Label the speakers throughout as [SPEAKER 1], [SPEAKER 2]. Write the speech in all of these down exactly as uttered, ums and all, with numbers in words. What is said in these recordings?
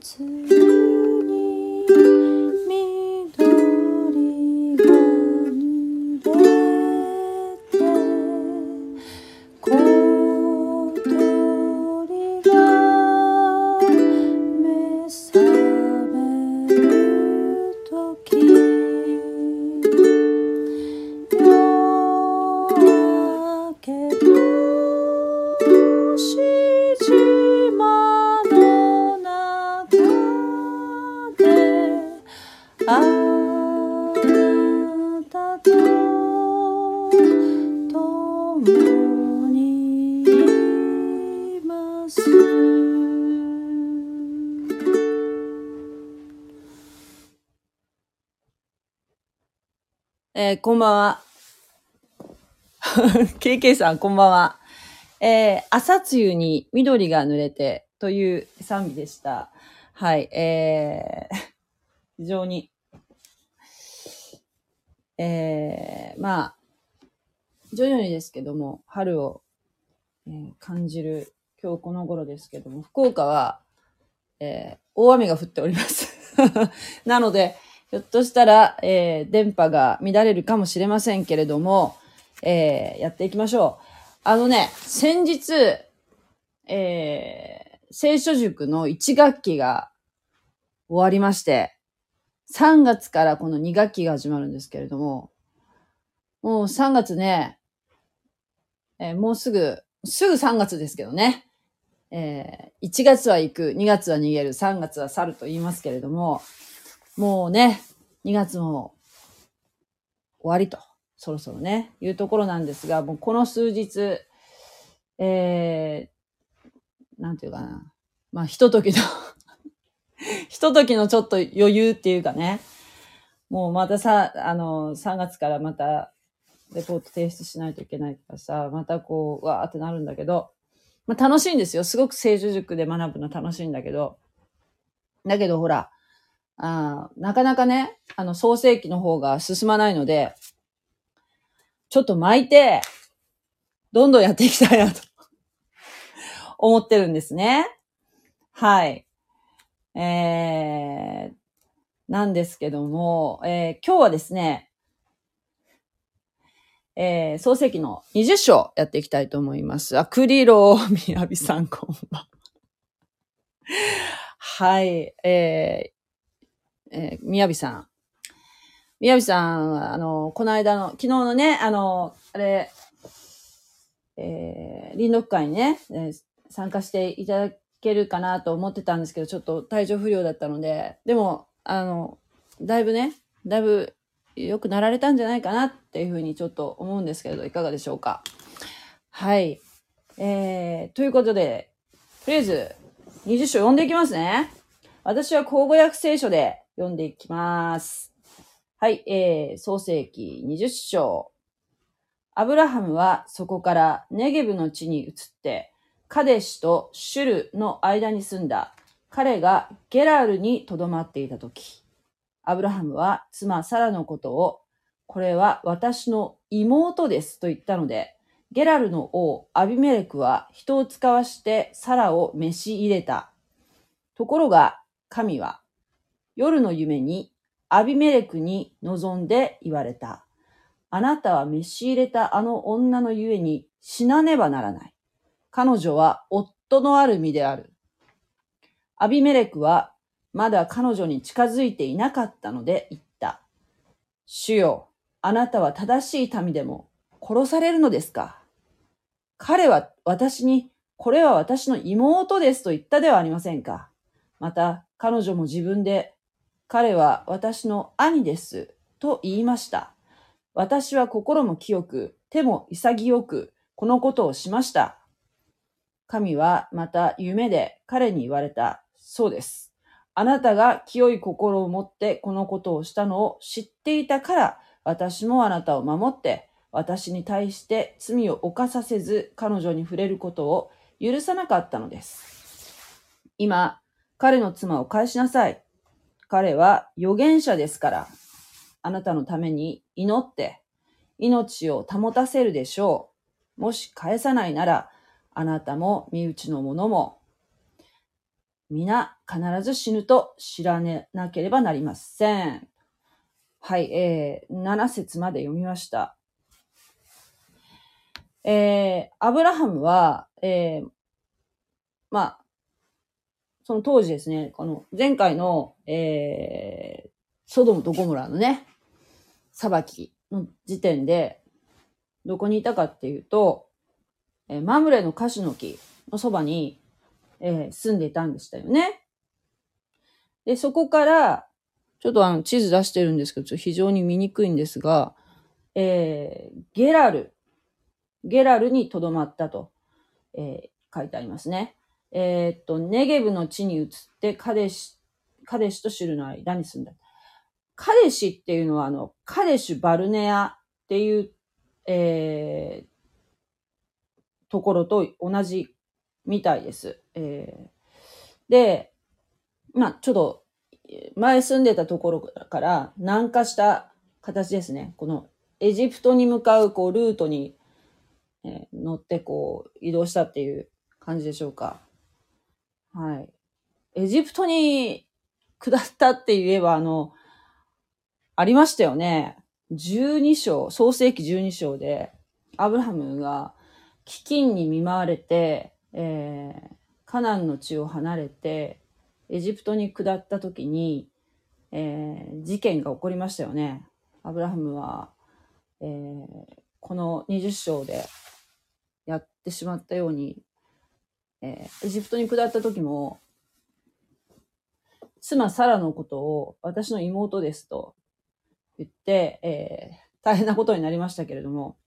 [SPEAKER 1] 夏に緑が濡れて小鳥が目覚めるとき夜明けのしじまの中であなたと共にいます。えー、こんばんは。ケーケー さん、こんばんは。えー、朝露に緑が濡れてという賛美でした。はい、えー、非常に、えー、まあ、徐々にですけども、春を、えー、感じる今日この頃ですけども、福岡は、えー、大雨が降っております。なので、ひょっとしたら、えー、電波が乱れるかもしれませんけれども、えー、やっていきましょう。あのね、先日、えー、聖書塾のいち学期が終わりまして、さんがつからこのに学期が始まるんですけれども、もうさんがつね、えー、もうすぐ、すぐさんがつですけどね、えー、いちがつは行く、にがつは逃げる、さんがつは去ると言いますけれども、もうね、にがつも終わりと、そろそろね、いうところなんですが、もうこの数日、えー、なんていうかな、まあ、ひとときの、ひとときのちょっと余裕っていうかね、もうまたさ、あの、さんがつからまた、レポート提出しないといけないからさ、またこう、わーってなるんだけど、まあ楽しいんですよ。すごく聖書塾で学ぶの楽しいんだけど、だけどほら、あなかなかね、あの、創世記の方が進まないので、ちょっと巻いて、どんどんやっていきたいなと思ってるんですね。はい。えー、なんですけども、えー、今日はですね、えー、創世記のにじゅっ章やっていきたいと思います。あ、クリローみやびさんこんばんは。はい、えー、えー、みやびさん。みやびさんは、あの、この間の、昨日のね、あの、あれ、えー、臨読会にね、えー、参加していただけるかなと思ってたんですけど、ちょっと体調不良だったので、でも、あの、だいぶね、だいぶ良くなられたんじゃないかなっていうふうにちょっと思うんですけれど、いかがでしょうか。はい。えー、ということで、とりあえず、にじゅっ章読んでいきますね。私は口語訳聖書で読んでいきます。はい、えー、創世記にじゅっ章。アブラハムはそこからネゲブの地に移って、カデシュとシュルの間に住んだ。彼がゲラルに留まっていたとき、アブラハムは妻サラのことを、これは私の妹ですと言ったので、ゲラルの王アビメレクは人を使わしてサラを召し入れた。ところが神は夜の夢にアビメレクに望んで言われた。あなたは召し入れたあの女のゆえに死なねばならない。彼女は夫のある身である。アビメレクはまだ彼女に近づいていなかったので言った。主よ、あなたは正しい民でも殺されるのですか。彼は私に、これは私の妹ですと言ったではありませんか。また彼女も自分で、彼は私の兄ですと言いました。私は心も清く、手も潔く、このことをしました。神はまた夢で彼に言われた。そうです。あなたが清い心を持ってこのことをしたのを知っていたから、私もあなたを守って、私に対して罪を犯させず、彼女に触れることを許さなかったのです。今、彼の妻を返しなさい。彼は預言者ですから。あなたのために祈って命を保たせるでしょう。もし返さないなら、あなたも身内の者も皆必ず死ぬと知らなければなりません。はい、えー、なな節まで読みました。えー、アブラハムは、えー、まあ、その当時ですね、この前回の、えー、ソドムとゴモラのね、裁きの時点で、どこにいたかっていうと、えー、マムレのカシュの木のそばに、えー、住んでいたんでしたよね。で、そこから、ちょっとあの地図出してるんですけど、ちょっと非常に見にくいんですが、えー、ゲラル、ゲラルに留まったと、えー、書いてありますね。えー、っと、ネゲブの地に移ってカデシ、カデシとシュルの間に住んだ。カデシっていうのは、あの、カデシュ・バルネアっていう、えー、ところと同じみたいです。えー、で、まあ、ちょっと、前住んでたところから南下した形ですね。このエジプトに向かうこうルートに、えー、乗ってこう移動したっていう感じでしょうか。はい。エジプトに下ったって言えば、あの、ありましたよね。じゅうに章、創世記じゅうに章で、アブラハムが飢饉に見舞われて、えー、カナンの地を離れて、エジプトに下った時に、えー、事件が起こりましたよね。アブラハムは、えー、このにじゅう章でやってしまったように、えー、エジプトに下った時も、妻サラのことを私の妹ですと言って、えー、大変なことになりましたけれども、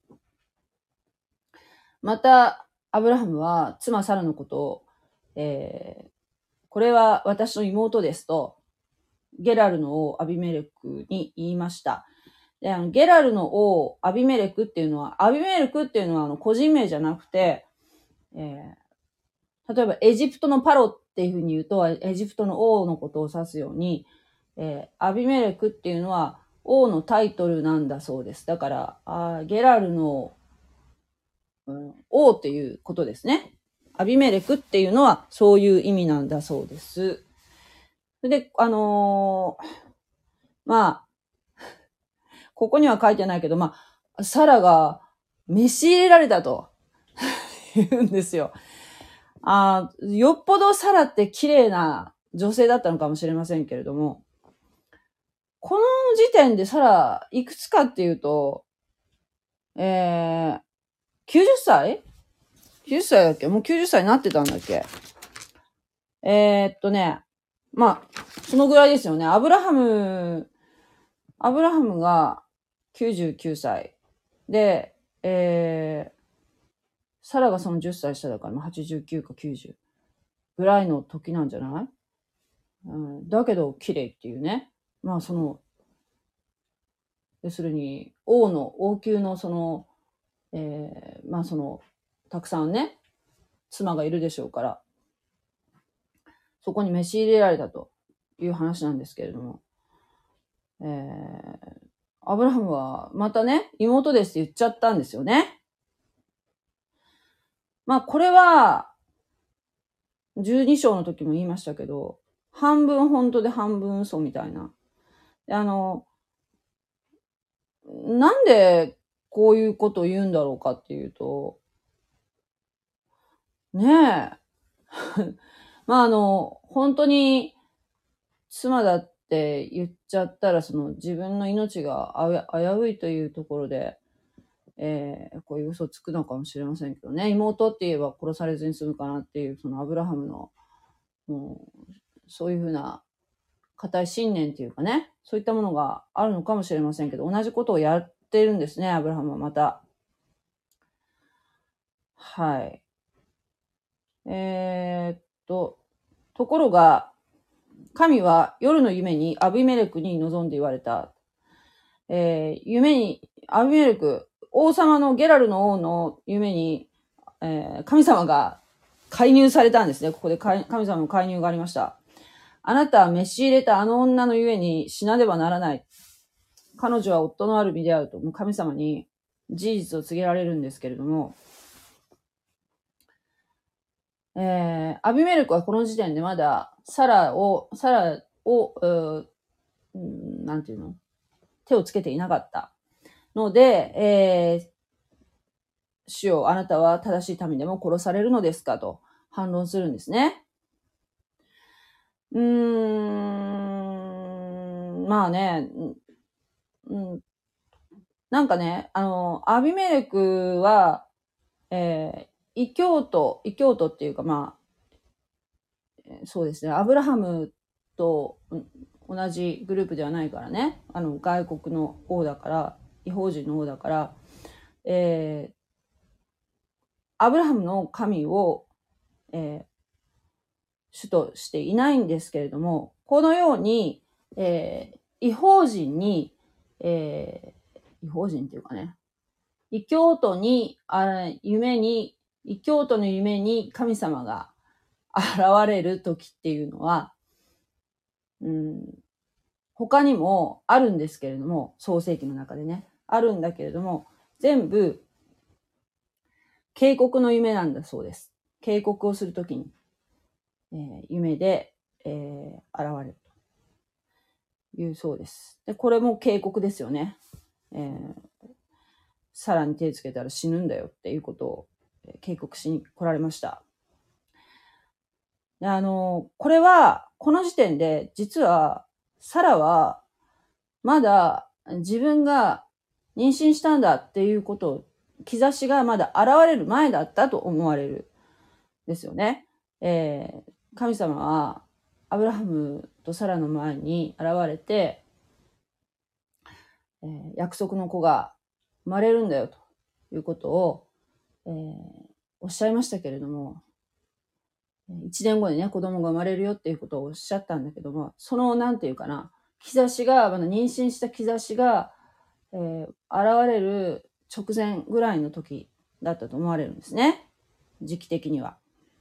[SPEAKER 1] また、アブラハムは妻サラのことを、えー、これは私の妹ですと、ゲラルの王アビメレクに言いました。で、あの、ゲラルの王アビメレクっていうのは、アビメレクっていうのはあの個人名じゃなくて、えー、例えばエジプトのパロっていうふうに言うと、エジプトの王のことを指すように、えー、アビメレクっていうのは王のタイトルなんだそうです。だから、あゲラルの、うん、王っていうことですね。アビメレクっていうのはそういう意味なんだそうです。で、あのー、まあ、ここには書いてないけど、まあ、サラが召し入れられたと言うんですよ。あよっぽどサラって綺麗な女性だったのかもしれませんけれども、この時点でサラいくつかっていうと、えー、きゅうじゅっさい ?きゅうじゅっ 歳だっけ？もうきゅうじゅっさいになってたんだっけ？えー、っとね、まあ、そのぐらいですよね。アブラハム、アブラハムがきゅうじゅうきゅうさいで、えー、サラがそのじゅっさい下だから、まあ、はちじゅうきゅうかきゅうじゅうぐらいの時なんじゃない？うん、だけど綺麗っていうね。まあその、要するに王の、王宮のその、えー、まあその、たくさんね、妻がいるでしょうから、そこに召し入れられたという話なんですけれども、えー、アブラハムはまたね、妹ですって言っちゃったんですよね。まあこれは、じゅうに章の時も言いましたけど、半分本当で半分嘘みたいな。であの、なんでこういうことを言うんだろうかっていうと、ねえ。まああの、本当に妻だって言っちゃったら、その自分の命が危ういというところで、えー、こういう嘘つくのかもしれませんけどね。妹って言えば殺されずに済むかなっていう、そのアブラハムの、もう、そういうふうな固い信念っていうかね、そういったものがあるのかもしれませんけど、同じことをやってるんですね、アブラハムはまた。はい。えー、っと、ところが、神は夜の夢にアビメレクに望んで言われた。えー、夢に、アビメレク、王様のゲラルの王の夢に、えー、神様が介入されたんですね。ここで神様の介入がありました。あなたは召し入れたあの女のゆえに死なねばならない。彼女は夫のある身であると、もう神様に事実を告げられるんですけれども、えー、アビメレクはこの時点でまだサラを、サラを、うーなんていうの手をつけていなかったので、えー、主よ、あなたは正しい民でも殺されるのですかと反論するんですね。うーん、まあね、うん、なんかね、あの、アビメレクは、えー、異教徒、異教徒っていうかまあ、そうですね、アブラハムと同じグループではないからね、あの、外国の王だから、異邦人の王だから、えー、アブラハムの神を、えー、主としていないんですけれども、このように、えー、異邦人に、えー、異邦人っていうかね、異教徒に、あ夢に、異教徒の夢に神様が現れる時っていうのは、うん、他にもあるんですけれども、創世記の中でね、あるんだけれども、全部、警告の夢なんだそうです。警告をするときに、えー、夢で、えー、現れるというそうです。で、これも警告ですよね。えー、さらに手つけたら死ぬんだよっていうことを警告しに来られました。で、あの、これは、この時点で、実は、サラは、まだ自分が妊娠したんだっていうことを、兆しがまだ現れる前だったと思われる。ですよね。えー、神様は、アブラハムとサラの前に現れて、えー、約束の子が生まれるんだよということを、えー、おっしゃいましたけれども、一年後にね、子供が生まれるよっていうことをおっしゃったんだけども、その、なんていうかな、兆しが、まだ妊娠した兆しが、えー、現れる直前ぐらいの時だったと思われるんですね。時期的には。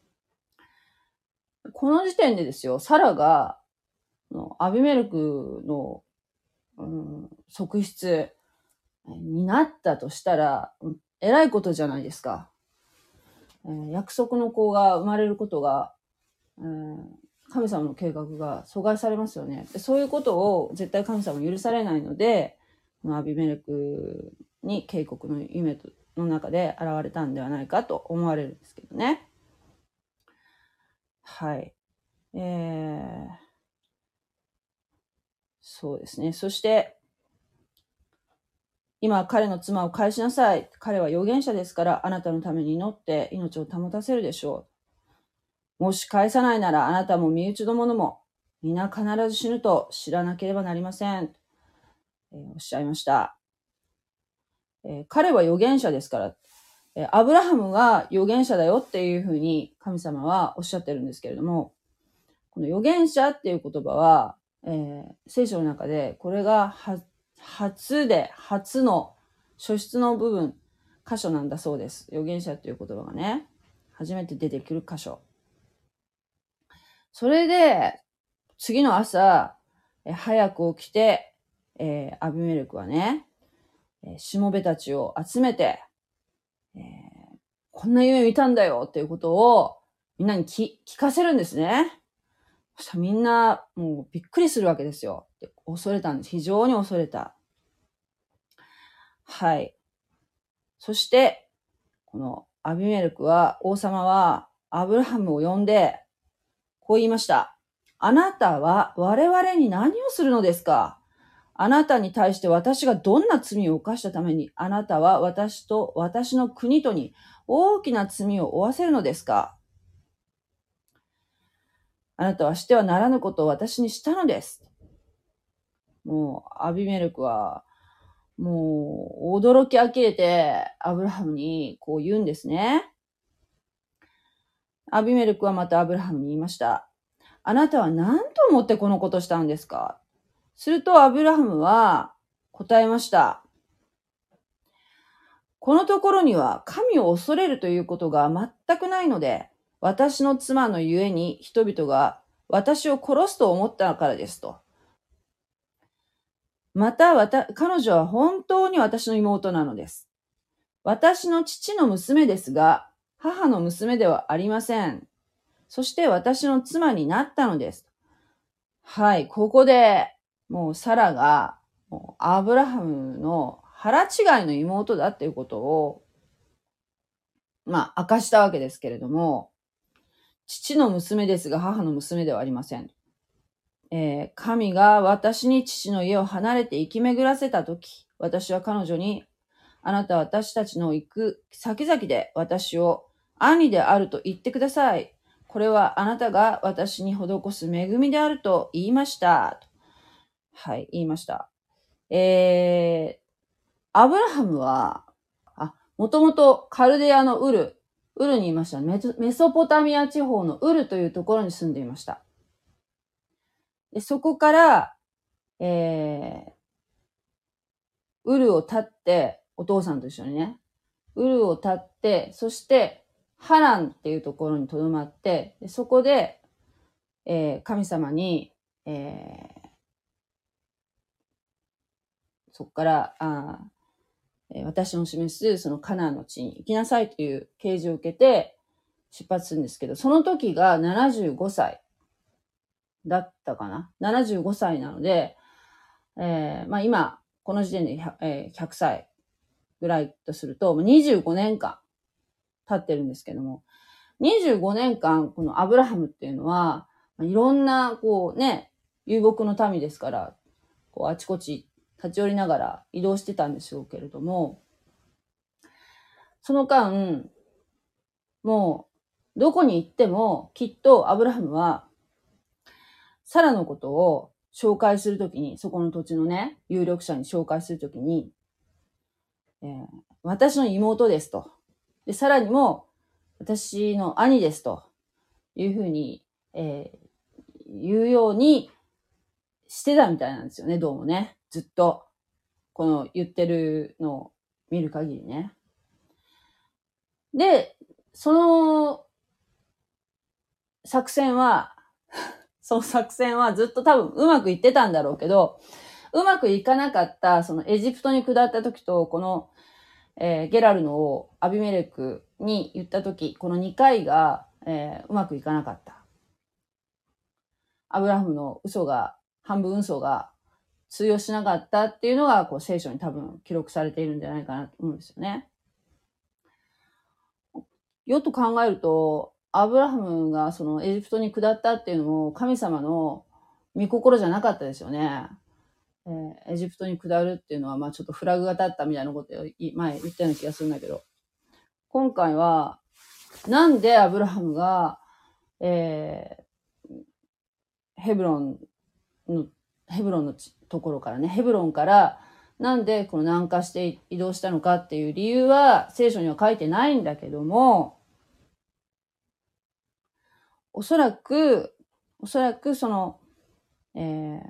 [SPEAKER 1] この時点でですよ、サラが、アビメレクの、うん、側室になったとしたら、えらいことじゃないですか。えー、約束の子が生まれることが、えー、神様の計画が阻害されますよね。でそういうことを絶対神様許されないので、アビメレクに警告の夢の中で現れたんではないかと思われるんですけどね。はい。えー、そうですね。そして、今彼の妻を返しなさい。彼は預言者ですから、あなたのために祈って命を保たせるでしょう。もし返さないなら、あなたも身内の者も、皆必ず死ぬと知らなければなりません。えー、おっしゃいました、えー。彼は預言者ですから、えー、アブラハムが預言者だよっていうふうに神様はおっしゃってるんですけれども、この預言者っていう言葉は、えー、聖書の中でこれが初で、初の初出の部分、箇所なんだそうです。預言者っていう言葉がね、初めて出てくる箇所。それで、次の朝、え早く起きて、えー、アビメレクはね、えしもべたちを集めて、えー、こんな夢見たんだよっていうことをみんなに聞かせるんですね。そしたらみんなもうびっくりするわけですよ。恐れたんです。非常に恐れた。はい。そして、このアビメレクは、王様はアブラハムを呼んで、こう言いました。あなたは我々に何をするのですか？あなたに対して私がどんな罪を犯したために、あなたは私と私の国とに大きな罪を負わせるのですか？あなたはしてはならぬことを私にしたのです。もう、アビメレクは、もう、驚き呆れて、アブラハムにこう言うんですね。アビメレクはまたアブラハムに言いました。あなたは何と思ってこのことしたんですか？するとアブラハムは答えました。このところには神を恐れるということが全くないので、私の妻のゆえに人々が私を殺すと思ったからですと。また、わた、彼女は本当に私の妹なのです。私の父の娘ですが、母の娘ではありません。 そして私の妻になったのです。はい、ここで、もうサラが、もうアブラハムの腹違いの妹だっていうことを、まあ、明かしたわけですけれども、父の娘ですが母の娘ではありません。えー、神が私に父の家を離れて生き巡らせたとき、私は彼女に、あなたは私たちの行く先々で私を兄であると言ってください。これはあなたが私に施す恵みであると言いました。はい、言いました。えー、アブラハムは、あ、もともとカルデアのウル、ウルにいました。メメソポタミア地方のウルというところに住んでいました。でそこから、えー、ウルを立って、お父さんと一緒にね、ウルを立って、そして、ハランっていうところに留まって、でそこで、えー、神様に、えー、そこから、あ私の示すそのカナンの地に行きなさいという啓示を受けて出発するんですけど、その時がななじゅうごさいだったかな ?ななじゅうごさいなので、えー、まあ今、この時点で ひゃく,、えー、ひゃくさいぐらいとすると、にじゅうごねんかん経ってるんですけども、にじゅうごねんかんこのアブラハムっていうのは、いろんなこうね、遊牧の民ですから、こうあちこち立ち寄りながら移動してたんでしょうけれども、その間、もう、どこに行っても、きっとアブラハムは、サラのことを紹介するときに、そこの土地のね、有力者に紹介するときに、えー、私の妹ですと。で、さらにも、私の兄ですというふうに、えー、言うようにしてたみたいなんですよね、どうもね。ずっと、この言ってるのを見る限りね。で、その作戦は、その作戦はずっと多分うまくいってたんだろうけど、うまくいかなかった、そのエジプトに下った時と、この、えー、ゲラルの王、アビメレクに言った時、このにかいが、えー、うまくいかなかった。アブラハムの嘘が、半分嘘が通用しなかったっていうのが、こう聖書に多分記録されているんじゃないかなと思うんですよね。よと考えると、アブラハムがそのエジプトに下ったっていうのも神様の御心じゃなかったですよね。えー、エジプトに下るっていうのは、まあちょっとフラグが立ったみたいなことを前言ったような気がするんだけど、今回は、なんでアブラハムが、えー、ヘブロンの、ヘブロンのところからね、ヘブロンから、なんでこの南下して移動したのかっていう理由は聖書には書いてないんだけども、おそらく、おそらくその、えー、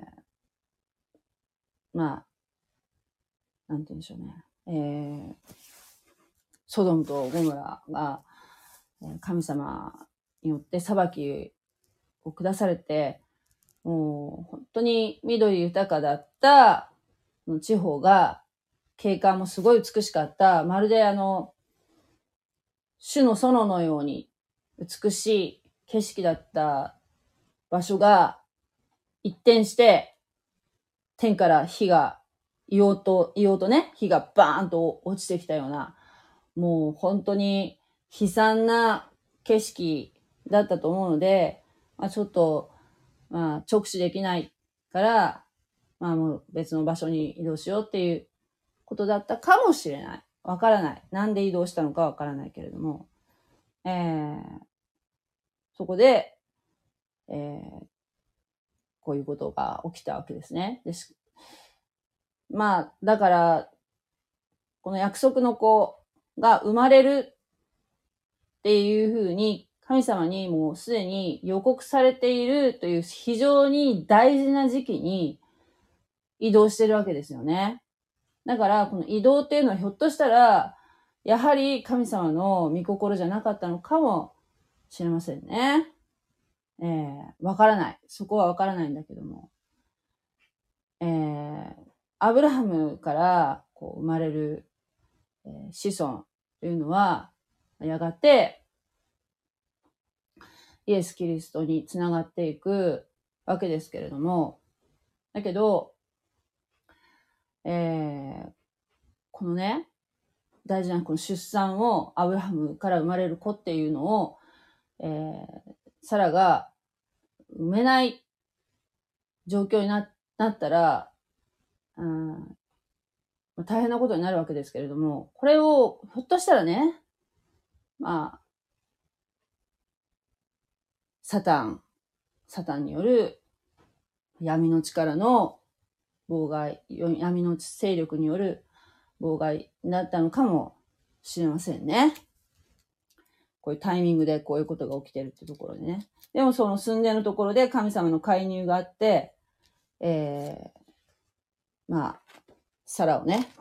[SPEAKER 1] まあ、なんて言うんでしょうね。えー、ソドムとゴモラが神様によって裁きを下されて、もう本当に緑豊かだった地方が、景観もすごい美しかった、まるであの、主の園のように美しい景色だった場所が一転して、天から火が、硫黄と、硫黄とね、火がバーンと落ちてきたような、もう本当に悲惨な景色だったと思うので、まあ、ちょっと、まあ、直視できないから、まあもう別の場所に移動しようっていうことだったかもしれない。わからない。なんで移動したのかわからないけれども、えー、そこで、えー、こういうことが起きたわけですね。です。まあ、だから、この約束の子が生まれるっていうふうに、神様にもうすでに予告されているという非常に大事な時期に移動してるわけですよね。だから、この移動っていうのはひょっとしたら、やはり神様の御心じゃなかったのかもしれませんね。えー、わからない。そこはわからないんだけども。えー、アブラハムからこう生まれる、えー、子孫というのは、やがて、 イエス・キリストにつながっていくわけですけれども、だけど、えー、このね、大事なこの出産をアブラハムから生まれる子っていうのを、えー、サラが産めない状況に な, なったら、うん、大変なことになるわけですけれども、これをひょっとしたらね、まあ、サタン、サタンによる闇の力の妨害、闇の勢力による妨害になったのかもしれませんね。こういうタイミングでこういうことが起きてるってところでね。でもその寸前のところで神様の介入があって、えー、まあ、サラをね、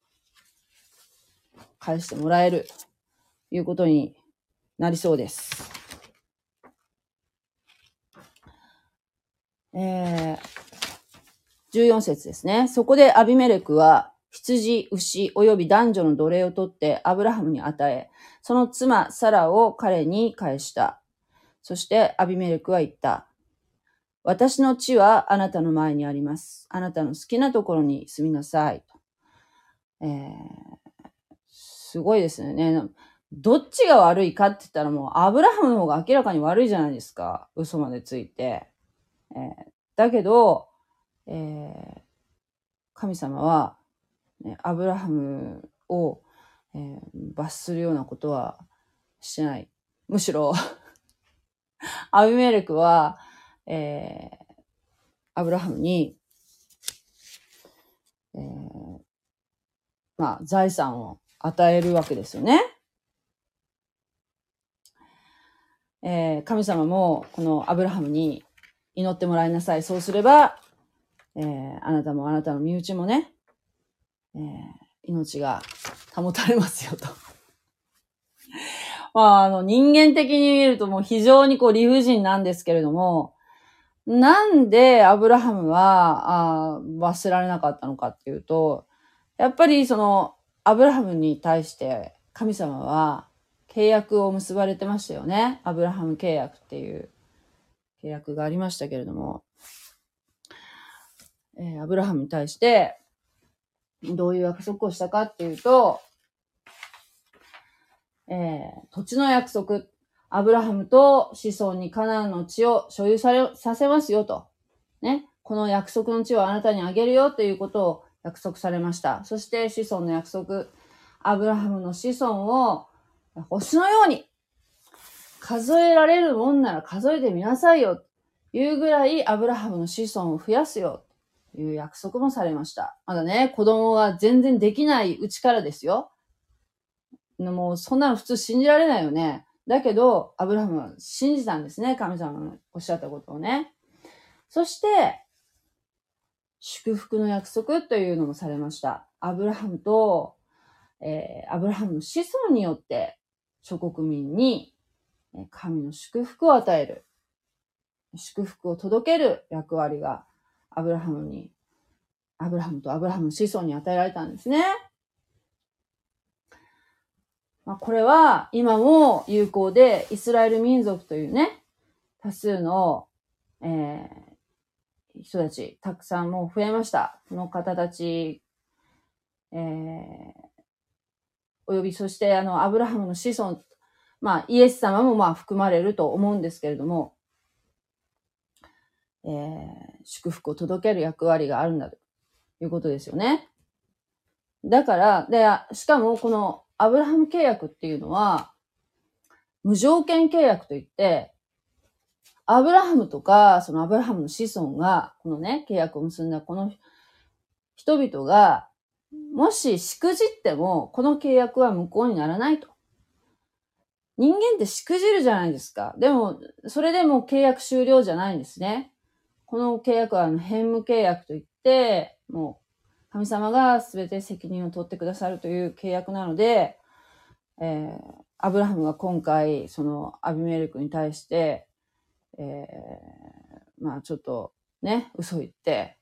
[SPEAKER 1] 返してもらえるということになりそうです。えー、じゅうよん節ですね。そこでアビメレクは羊、牛及び男女の奴隷を取ってアブラハムに与え、その妻サラを彼に返した。そしてアビメレクは言った。私の地はあなたの前にあります。あなたの好きなところに住みなさい。えー、すごいですね。どっちが悪いかって言ったらもうアブラハムの方が明らかに悪いじゃないですか。嘘までついて。えー、だけど、えー、神様は、ね、アブラハムを、えー、罰するようなことはしてない。むしろアビメレクは、えー、アブラハムに、えー、まあ財産を与えるわけですよね。えー、神様もこのアブラハムに祈ってもらいなさい。そうすれば、えー、あなたもあなたの身内もね、えー、命が保たれますよと。まあ、あの、人間的に見るともう非常にこう理不尽なんですけれども、なんでアブラハムは、あ罰せられなかったのかっていうと、やっぱりその、アブラハムに対して神様は契約を結ばれてましたよね。アブラハム契約っていう契約がありましたけれども、えー、アブラハムに対してどういう約束をしたかっていうと、えー、土地の約束、アブラハムと子孫にカナンの地を所有され、させますよと。ね。この約束の地をあなたにあげるよということを約束されました。そして子孫の約束、アブラハムの子孫を星のように数えられるもんなら数えてみなさいよというぐらいアブラハムの子孫を増やすよという約束もされました。まだね、子供が全然できないうちからですよ。もうそんなの普通信じられないよね。だけど、アブラハムは信じたんですね。神様のおっしゃったことをね。そして、祝福の約束というのもされました。アブラハムと、えー、アブラハムの子孫によって諸国民に神の祝福を与える。祝福を届ける役割がアブラハムに、アブラハムとアブラハムの子孫に与えられたんですね。まあ、これは今も有効で、イスラエル民族というね、多数の、えー、人たち、たくさんもう増えました。この方たち、えー、およびそしてあの、アブラハムの子孫、まあ、イエス様もまあ含まれると思うんですけれども、えー、祝福を届ける役割があるんだということですよね。だから、で、しかもこのアブラハム契約っていうのは、無条件契約といって、アブラハムとか、そのアブラハムの子孫が、このね、契約を結んだこの人々が、もししくじっても、この契約は無効にならないと。人間ってしくじるじゃないですか。でも、それでも契約終了じゃないんですね。この契約はあの変無契約といって、もう神様が全て責任を取ってくださるという契約なので、えー、アブラハムが今回そのアビメレクに対して、えー、まあちょっとね、嘘言って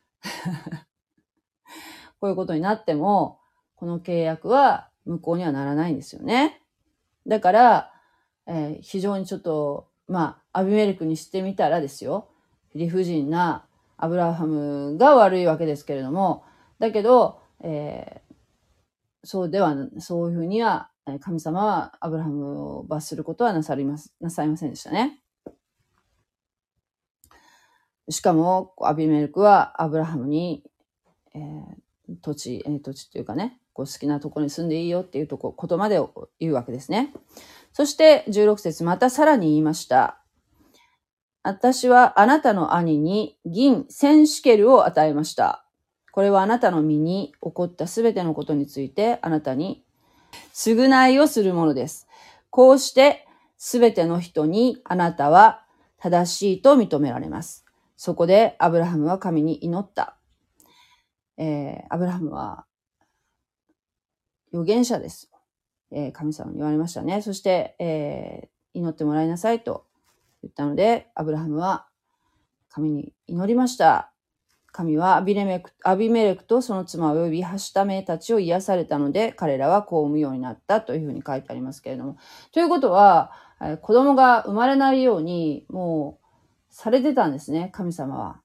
[SPEAKER 1] こういうことになっても、この契約は無効にはならないんですよね。だから、えー、非常にちょっとまあ、アビメレクにしてみたらですよ、理不尽なアブラハムが悪いわけですけれども、だけど、えー、そうでは、そういうふうには、神様はアブラハムを罰することはなさります、なさいませんでしたね。しかも、アビメレクはアブラハムに、えー、土地、えー、土地っていうかね、こう好きなところに住んでいいよっていうとこ、ことまでを言うわけですね。そしてじゅうろく節、またさらに言いました。私はあなたの兄に銀千シケルを与えました。これはあなたの身に起こったすべてのことについてあなたに償いをするものです。こうしてすべての人にあなたは正しいと認められます。そこでアブラハムは神に祈った。えー、アブラハムは預言者です。えー、神様に言われましたね。そして、えー、祈ってもらいなさいと言ったので、アブラハムは神に祈りました。神はアビメレク、アビメレクとその妻及びはしためたちを癒されたので、彼らはこう産むようになったというふうに書いてありますけれども。ということは、子供が生まれないように、もう、されてたんですね、神様は。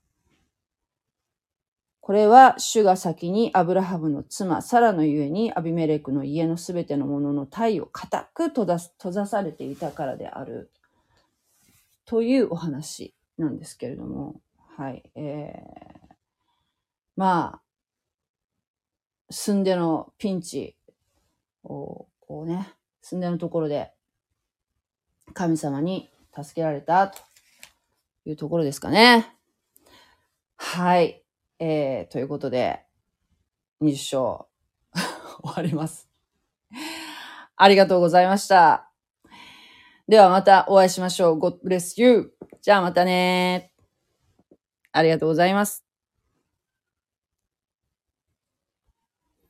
[SPEAKER 1] これは主が先にアブラハムの妻サラのゆえにアビメレクの家のすべてのものの体を固く閉ざ閉ざされていたからであるというお話なんですけれども、はい、えー、まあ住んでのピンチをこうね、住んでのところで神様に助けられたというところですかね。はい。えー、ということで、にじゅっ章終わります。ありがとうございました。ではまたお会いしましょう。God bless you. じゃあまたね。ありがとうございます。